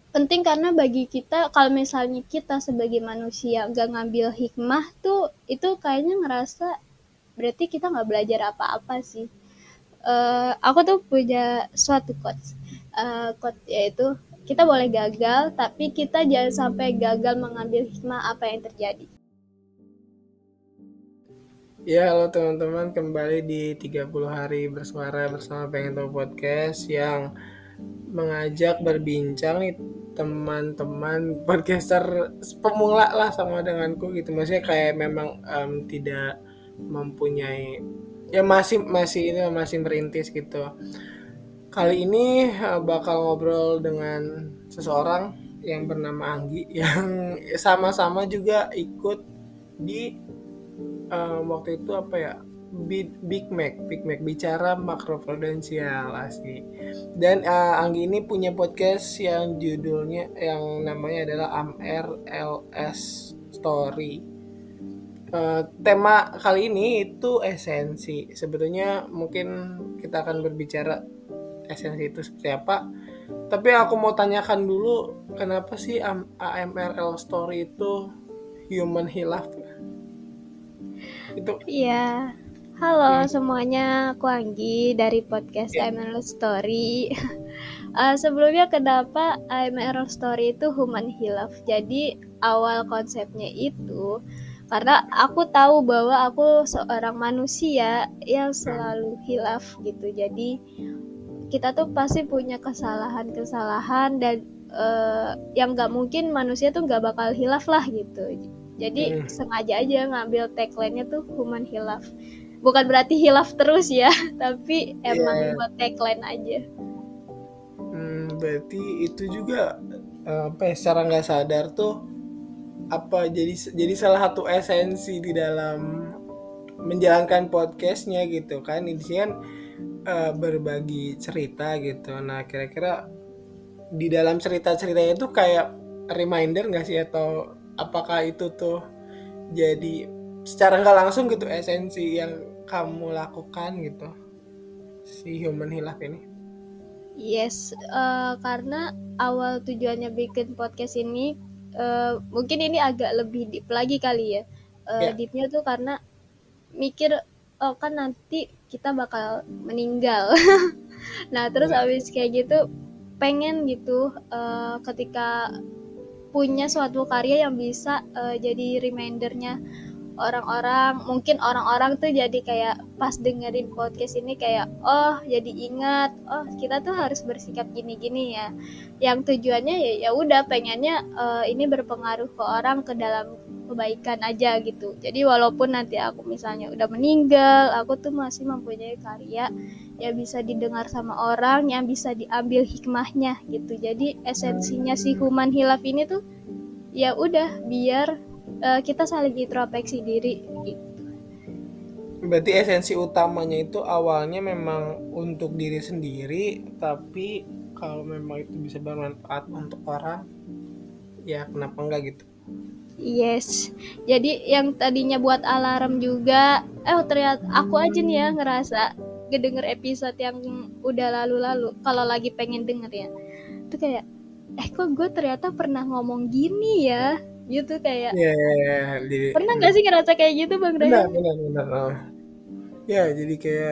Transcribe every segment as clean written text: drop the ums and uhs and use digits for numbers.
penting karena bagi kita kalau misalnya kita sebagai manusia gak ngambil hikmah tuh itu kayaknya ngerasa berarti kita nggak belajar apa-apa sih. Aku tuh punya suatu quote yaitu kita boleh gagal tapi kita jangan sampai gagal mengambil hikmah apa yang terjadi. Ya, halo teman-teman, kembali di 30 hari bersuara bersama Pengen Tahu Podcast yang mengajak berbincang nih teman-teman podcaster pemula lah sama denganku gitu. Maksudnya kayak memang tidak mempunyai, ya masih masih ini masih merintis gitu. Kali ini bakal ngobrol dengan seseorang yang bernama Anggi yang sama-sama juga ikut di waktu itu apa ya, Big Mac bicara makroprudensial asli. Dan Anggi ini punya podcast yang judulnya yang namanya adalah AMRLS Story. Tema kali ini itu esensi. Sebetulnya mungkin kita akan berbicara esensi itu seperti apa. Tapi aku mau tanyakan dulu, kenapa sih AMRL Story itu human hilaf? Itu Iya, halo hmm, semuanya, aku Anggi dari podcast IML Story. Sebelumnya kenapa IML Story itu human hilaf? Jadi awal konsepnya itu karena aku tahu bahwa aku seorang manusia yang ya. selalu hilaf gitu. Jadi kita tuh pasti punya kesalahan-kesalahan dan yang nggak mungkin manusia tuh nggak bakal hilaf lah gitu. Jadi Hmm, sengaja aja ngambil tagline-nya tuh human hilaf. Bukan berarti hilaf terus ya, tapi emang iya. buat tagline aja. Berarti itu juga apa ya, secara nggak sadar tuh apa jadi salah satu esensi di dalam menjalankan podcastnya gitu kan. Ini sih kan berbagi cerita gitu. Nah, kira-kira di dalam cerita-ceritanya itu kayak reminder nggak sih, atau apakah itu tuh jadi secara nggak langsung gitu esensi yang kamu lakukan gitu, si human hilaf ini? Yes, karena awal tujuannya bikin podcast ini, mungkin ini agak lebih deep lagi kali ya. Ya. Deepnya tuh karena mikir, oh kan nanti kita bakal meninggal. Nah, terus Benar. abis kayak gitu, pengen gitu ketika punya suatu karya yang bisa jadi remindernya orang-orang, mungkin orang-orang tuh jadi kayak pas dengerin podcast ini kayak oh jadi ingat oh kita tuh harus bersikap gini-gini ya, yang tujuannya ya ya udah pengennya ini berpengaruh ke orang ke dalam kebaikan aja gitu. Jadi walaupun nanti aku misalnya udah meninggal aku tuh masih mempunyai karya yang bisa didengar sama orang, yang bisa diambil hikmahnya gitu. Jadi esensinya si Hmm. human hilaf ini tuh ya udah biar kita saling introspeksi diri gitu. Berarti esensi utamanya itu awalnya memang untuk diri sendiri, tapi kalau memang itu bisa bermanfaat untuk orang, ya kenapa enggak gitu. Yes, jadi yang tadinya buat alarm juga, ternyata aku aja nih ya ngerasa ngedenger episode yang udah lalu-lalu, kalau lagi pengen denger ya, itu kayak, kok gue ternyata pernah ngomong gini ya, gitu kayak, Iya, iya, iya, pernah gak sih ngerasa kayak gitu Bang benar, Raya? benar, benar. Oh. Ya, jadi kayak,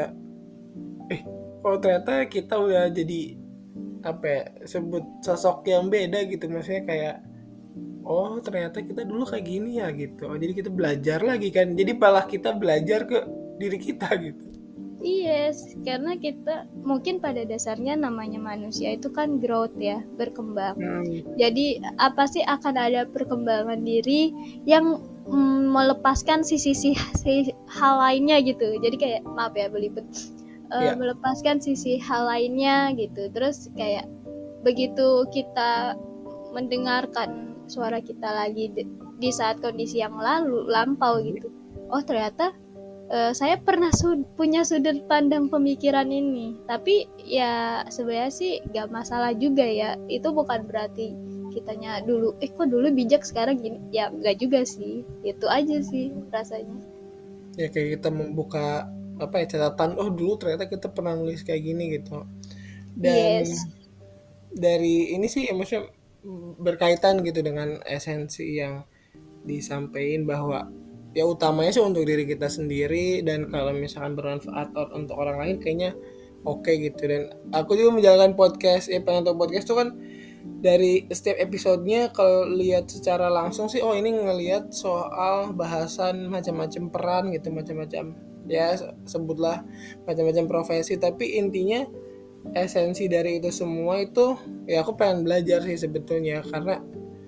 oh ternyata kita udah jadi apa ya, sebut sosok yang beda gitu, maksudnya kayak, oh ternyata kita dulu kayak gini ya gitu. Oh, jadi kita belajar lagi kan. Jadi malah kita belajar ke diri kita gitu. Yes, karena kita mungkin pada dasarnya namanya manusia itu kan growth ya, berkembang. Hmm, Jadi apa sih akan ada perkembangan diri yang melepaskan sisi hal lainnya gitu. Jadi kayak maaf ya belibet, ya. melepaskan sisi hal lainnya gitu. Terus kayak begitu kita mendengarkan suara kita lagi di saat kondisi yang lampau gitu. Oh ternyata saya pernah punya sudut pandang pemikiran ini, tapi ya sebenarnya sih gak masalah juga ya, itu bukan berarti kitanya dulu kok dulu bijak sekarang gini ya, enggak juga sih, itu aja sih rasanya. Ya kayak kita membuka apa ya, catatan, oh dulu ternyata kita pernah nulis kayak gini gitu. Dan Yes. dari ini sih ya, maksudnya berkaitan gitu dengan esensi yang disampaikan, bahwa ya utamanya sih untuk diri kita sendiri, dan kalau misalkan bermanfaat untuk orang lain kayaknya oke gitu. Dan aku juga menjalankan podcast, pengen tahu podcast tuh kan, dari setiap episodenya kalau lihat secara langsung sih, oh ini ngelihat soal bahasan macam-macam peran gitu, macam-macam ya sebutlah macam-macam profesi, tapi intinya esensi dari itu semua itu ya aku pengen belajar sih sebetulnya. Karena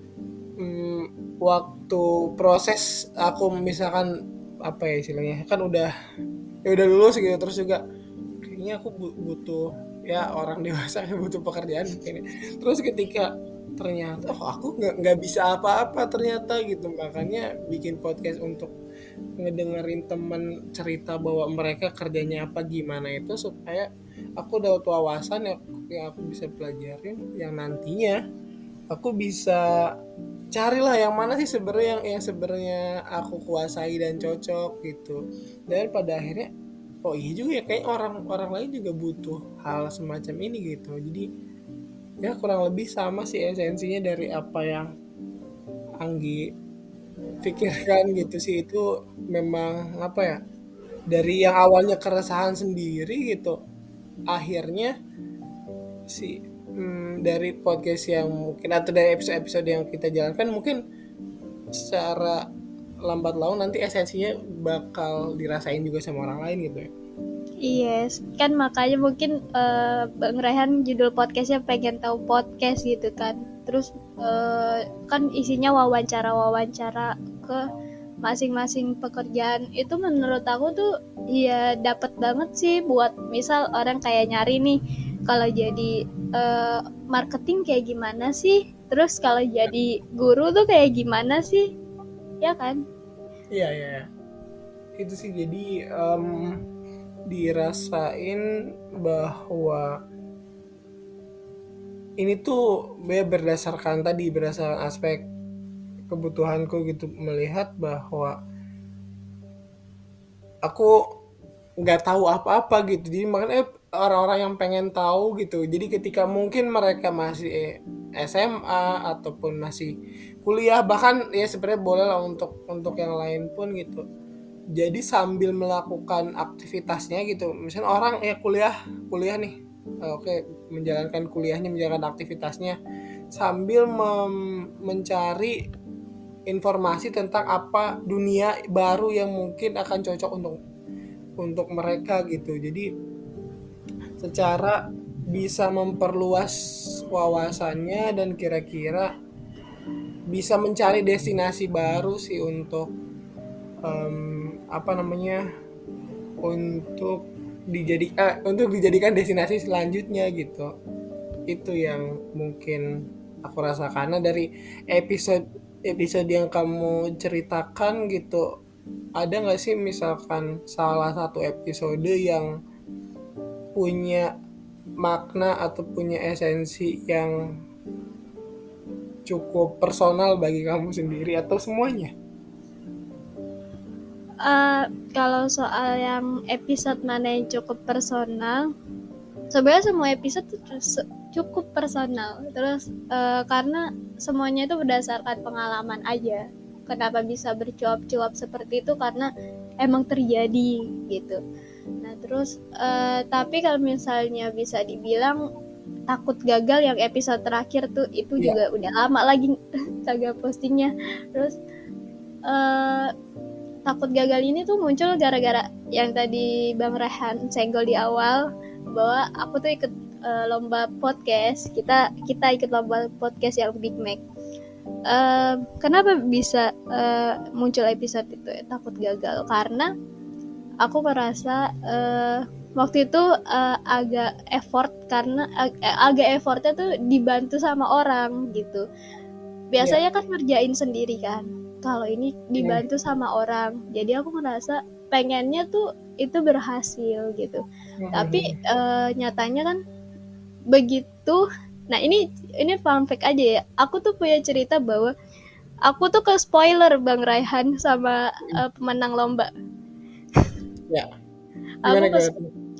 waktu proses aku misalkan apa ya istilahnya, kan udah lulus gitu, terus juga kayaknya aku butuh ya orang dewasa yang butuh pekerjaan mungkin. Terus ketika ternyata aku nggak bisa apa-apa ternyata gitu, makanya bikin podcast untuk ngedengerin temen cerita bahwa mereka kerjanya apa gimana itu, supaya aku dapat wawasan yang aku bisa pelajarin, yang nantinya aku bisa carilah yang mana sih sebenarnya yang sebenarnya aku kuasai dan cocok gitu. Dan pada akhirnya oh iya juga ya, kayak orang lain juga butuh hal semacam ini gitu. Jadi ya kurang lebih sama sih esensinya dari apa yang Anggi pikirkan gitu sih. Itu memang apa ya, dari yang awalnya keresahan sendiri gitu, akhirnya si dari podcast yang mungkin atau dari episode-episode yang kita jalankan, mungkin secara lambat laun nanti esensinya bakal dirasain juga sama orang lain gitu ya. Yes, kan makanya mungkin Bang Rehan judul podcastnya pengen tahu podcast gitu kan. Terus kan isinya wawancara-wawancara ke masing-masing pekerjaan. Itu menurut aku tuh ya dapat banget sih buat misal orang kayak nyari nih kalau jadi marketing kayak gimana sih? Terus kalau jadi guru tuh kayak gimana sih? Ya kan? Iya, iya, iya. Itu sih jadi dirasain bahwa ini tuh berdasarkan tadi, berdasarkan aspek kebutuhanku gitu, melihat bahwa aku nggak tahu apa-apa gitu, jadi makanya orang-orang yang pengen tahu gitu. Jadi ketika mungkin mereka masih SMA ataupun masih kuliah, bahkan ya sebenarnya boleh lah untuk yang lain pun gitu, jadi sambil melakukan aktivitasnya gitu, misalnya orang ya kuliah kuliah nih, oke, menjalankan kuliahnya, menjalankan aktivitasnya sambil mencari informasi tentang apa dunia baru yang mungkin akan cocok untuk mereka gitu. Jadi secara bisa memperluas wawasannya, dan kira-kira bisa mencari destinasi baru sih untuk apa namanya, untuk dijadikan destinasi selanjutnya gitu. Itu yang mungkin aku rasa, karena dari episode episode yang kamu ceritakan gitu, ada nggak sih misalkan salah satu episode yang punya makna atau punya esensi yang cukup personal bagi kamu sendiri, atau semuanya? Kalau soal yang episode mana yang cukup personal, sebenarnya semua episode tuh cukup personal. Terus karena semuanya itu berdasarkan pengalaman aja. Kenapa bisa bercuap-cuap seperti itu, karena emang terjadi gitu. Nah terus tapi kalau misalnya bisa dibilang takut gagal yang episode terakhir tuh, itu Iya. juga udah lama lagi kagak postingnya. Terus eh, takut gagal ini tuh muncul gara-gara yang tadi Bang Rehan senggol di awal, bahwa aku tuh ikut lomba podcast. Kita ikut lomba podcast yang Big Mac. Kenapa bisa muncul episode itu ya, takut gagal? Karena aku merasa waktu itu agak effort, karena agak effortnya tuh dibantu sama orang gitu. Iya. Biasanya kan ngerjain sendiri kan, kalau ini Hmm. dibantu sama orang, jadi aku ngerasa pengennya tuh itu berhasil gitu. Tapi Hmm. nyatanya kan begitu. Nah ini fun fact aja ya, aku tuh punya cerita bahwa aku tuh ke spoiler Bang Raihan sama pemenang lomba. Ya, Aku gimana ke gimana tuh?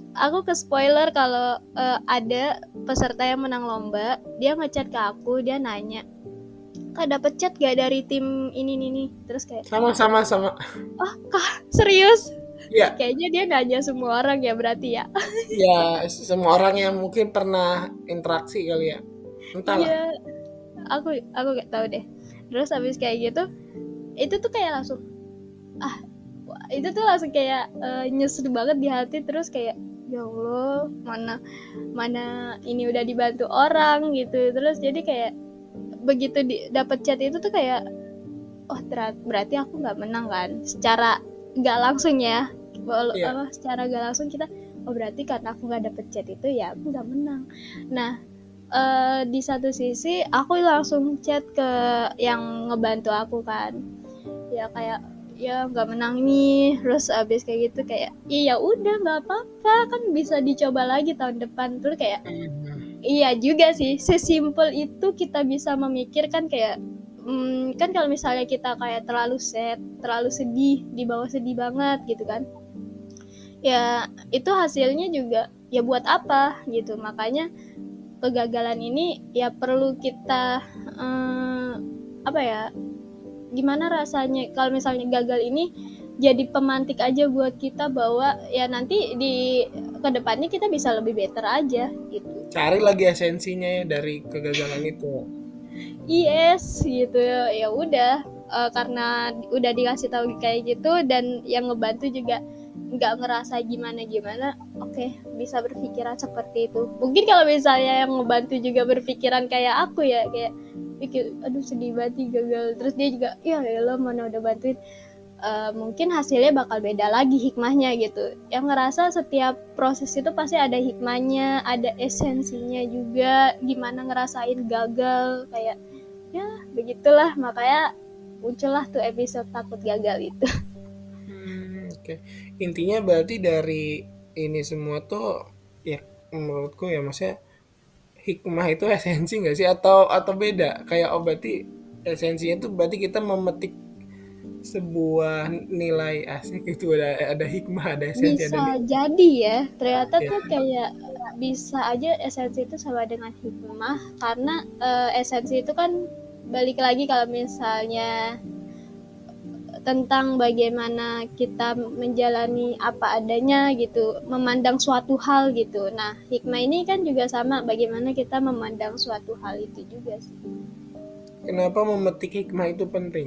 aku ke spoiler kalau ada peserta yang menang lomba, dia ngechat ke aku, dia nanya, "Kak, dapet chat gak dari tim ini nih?" Terus kayak, Sama. "Oh, Kak, serius?" Ya, Kayaknya dia nanya semua orang ya berarti ya. ya semua orang yang mungkin pernah interaksi kali ya. Entahlah. Iya, aku gak tahu deh. Terus habis kayak gitu, itu tuh kayak langsung ah itu tuh langsung kayak nyesel banget di hati, terus kayak ya Allah, mana mana ini udah dibantu orang gitu. Terus jadi kayak begitu dapat chat itu tuh kayak oh berarti aku nggak menang kan secara nggak langsung ya. Iya. Secara nggak langsung kita oh berarti karena aku nggak dapet chat itu ya aku nggak menang. Nah, di satu sisi aku langsung chat ke yang ngebantu aku kan, ya kayak ya nggak menang nih, terus abis kayak gitu kayak iya udah nggak apa-apa kan, bisa dicoba lagi tahun depan. Terus kayak Mhm. iya juga sih, sesimpel itu kita bisa memikirkan kayak kan kalau misalnya kita kayak terlalu sad, terlalu sedih, di bawah sedih banget gitu kan, ya itu hasilnya juga ya buat apa gitu. Makanya kegagalan ini ya perlu kita apa ya, gimana rasanya kalau misalnya gagal ini jadi pemantik aja buat kita bahwa ya nanti di kedepannya kita bisa lebih better aja gitu. Cari lagi esensinya ya dari kegagalan itu. Yes gitu ya udah, karena udah dikasih tahu kayak gitu dan yang ngebantu juga nggak ngerasa gimana gimana, oke, bisa berpikiran seperti itu. Mungkin kalau misalnya yang ngebantu juga berpikiran kayak aku ya, kayak pikir aduh sedih banget gagal, terus dia juga ya lo mana udah bantuin, mungkin hasilnya bakal beda lagi hikmahnya gitu. Yang ngerasa setiap proses itu pasti ada hikmahnya, ada esensinya juga, gimana ngerasain gagal kayak ya begitulah. Makanya muncullah tuh episode takut gagal itu. Oke. Intinya berarti dari ini semua tuh ya menurutku ya maksudnya hikmah itu esensi nggak sih atau beda? Kayak oh berarti esensinya itu berarti kita memetik sebuah nilai asik itu ada hikmah, ada esensi, ada Bisa nilai. jadi ya, ternyata Ya. tuh kayak bisa aja esensi itu sama dengan hikmah, karena esensi itu kan balik lagi kalau misalnya tentang bagaimana kita menjalani apa adanya gitu, memandang suatu hal gitu. Nah, hikmah ini kan juga sama, bagaimana kita memandang suatu hal itu juga sih. Kenapa memetik hikmah itu penting?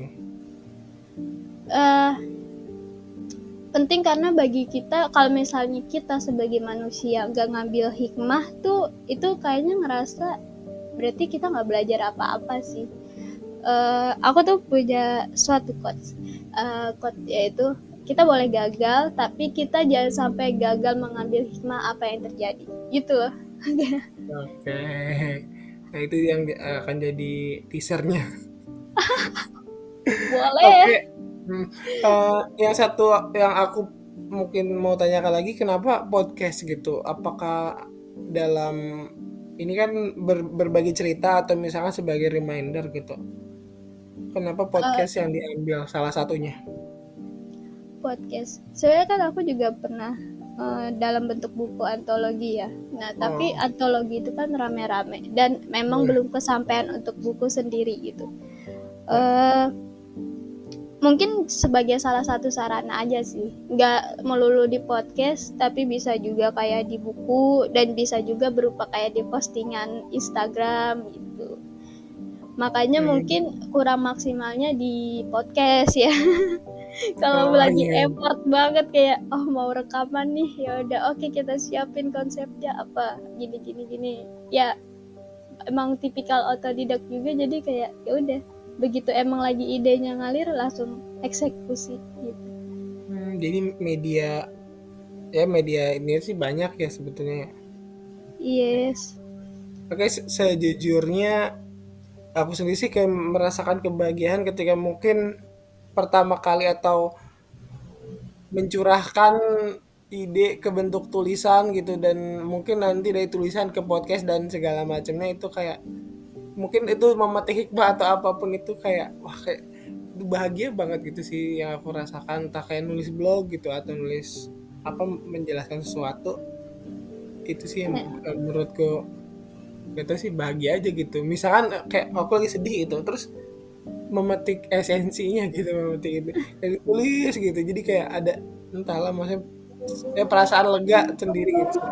Eh Penting karena bagi kita, kalau misalnya kita sebagai manusia gak ngambil hikmah tuh, itu kayaknya ngerasa berarti kita nggak belajar apa-apa sih. Aku tuh punya suatu quote yaitu kita boleh gagal tapi kita jangan sampai gagal mengambil hikmah apa yang terjadi gitu loh. Oke. Nah, itu yang akan jadi teasernya. Oke. Boleh. Hmm. Yang satu yang aku mungkin mau tanyakan lagi, kenapa podcast gitu? Apakah dalam ini kan berbagi cerita atau misalnya sebagai reminder gitu? Kenapa Eh, podcast yang diambil salah satunya? Podcast sebenarnya kan aku juga pernah dalam bentuk buku antologi ya. Nah tapi Oh, antologi itu kan rame-rame dan memang iya. belum kesampaian untuk buku sendiri gitu. Ya. eh Mungkin sebagai salah satu sarana aja sih, nggak melulu di podcast tapi bisa juga kayak di buku dan bisa juga berupa kayak di postingan Instagram gitu. Makanya Hmm. mungkin kurang maksimalnya di podcast ya. Kalau Oh lagi iya. effort banget kayak oh mau rekaman nih, ya udah oke kita siapin konsepnya apa gini gini gini, ya emang tipikal otodidak juga, jadi kayak ya udah begitu emang lagi idenya ngalir langsung eksekusi gitu. Jadi media ini sih banyak ya sebetulnya, ya. Yes. Oke, sejujurnya aku sendiri sih kayak merasakan kebahagiaan ketika mungkin pertama kali atau mencurahkan ide ke bentuk tulisan gitu dan mungkin nanti dari tulisan ke podcast dan segala macamnya itu kayak mungkin itu memetik hikmah atau apapun itu kayak wah kayak itu bahagia banget gitu sih yang aku rasakan entah kayak nulis blog gitu atau nulis apa menjelaskan sesuatu Itu sih yang menurutku itu sih bahagia aja gitu. Misalkan kayak aku lagi sedih gitu, terus memetik esensinya gitu, memetik itu dan tulis gitu. Jadi kayak ada entahlah maksudnya ya perasaan lega sendiri gitu.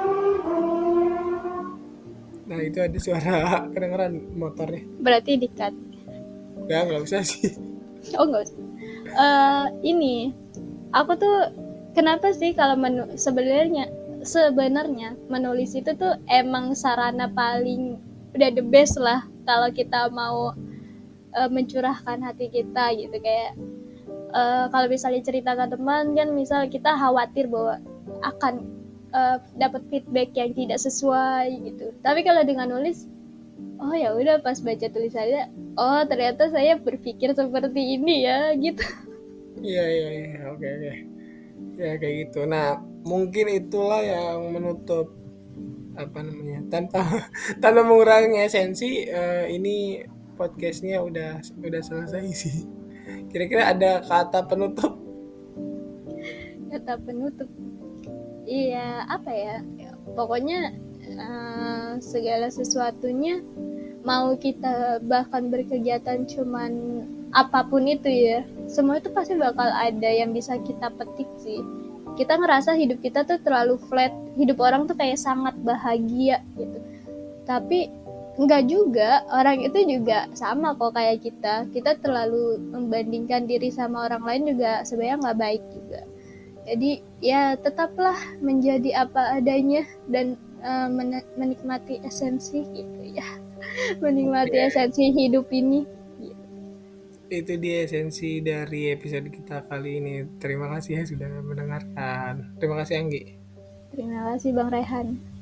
Nah itu ada suara kedengeran motornya. Berarti di-cut. Nggak usah sih. Oh, enggak usah. Ini aku tuh kenapa sih kalau sebenarnya menulis itu tuh emang sarana paling udah the best lah kalau kita mau mencurahkan hati kita gitu. Kayak kalau misalnya cerita ke teman kan, misal kita khawatir bahwa akan dapat feedback yang tidak sesuai gitu, tapi kalau dengan nulis, oh ya udah, pas baca tulisannya, oh ternyata saya berpikir seperti ini ya gitu. Iya iya iya, oke oke. Ya kayak gitu. Nah mungkin itulah yang menutup apa namanya tanpa tanpa mengurangi esensi ini podcastnya udah selesai sih. Kira-kira ada kata penutup? Kata penutup, iya apa ya, pokoknya segala sesuatunya, mau kita bahkan berkegiatan cuman apapun itu ya, semua itu pasti bakal ada yang bisa kita petik sih. Kita ngerasa hidup kita tuh terlalu flat, hidup orang tuh kayak sangat bahagia gitu, tapi enggak juga, orang itu juga sama kok kayak kita terlalu membandingkan diri sama orang lain juga sebenarnya nggak baik juga. Jadi ya tetaplah menjadi apa adanya dan menikmati esensi gitu ya. Menikmati Ya, esensi hidup ini. itu dia esensi dari episode kita kali ini. Terima kasih ya sudah mendengarkan. Terima kasih Anggi. Terima kasih Bang Rehan.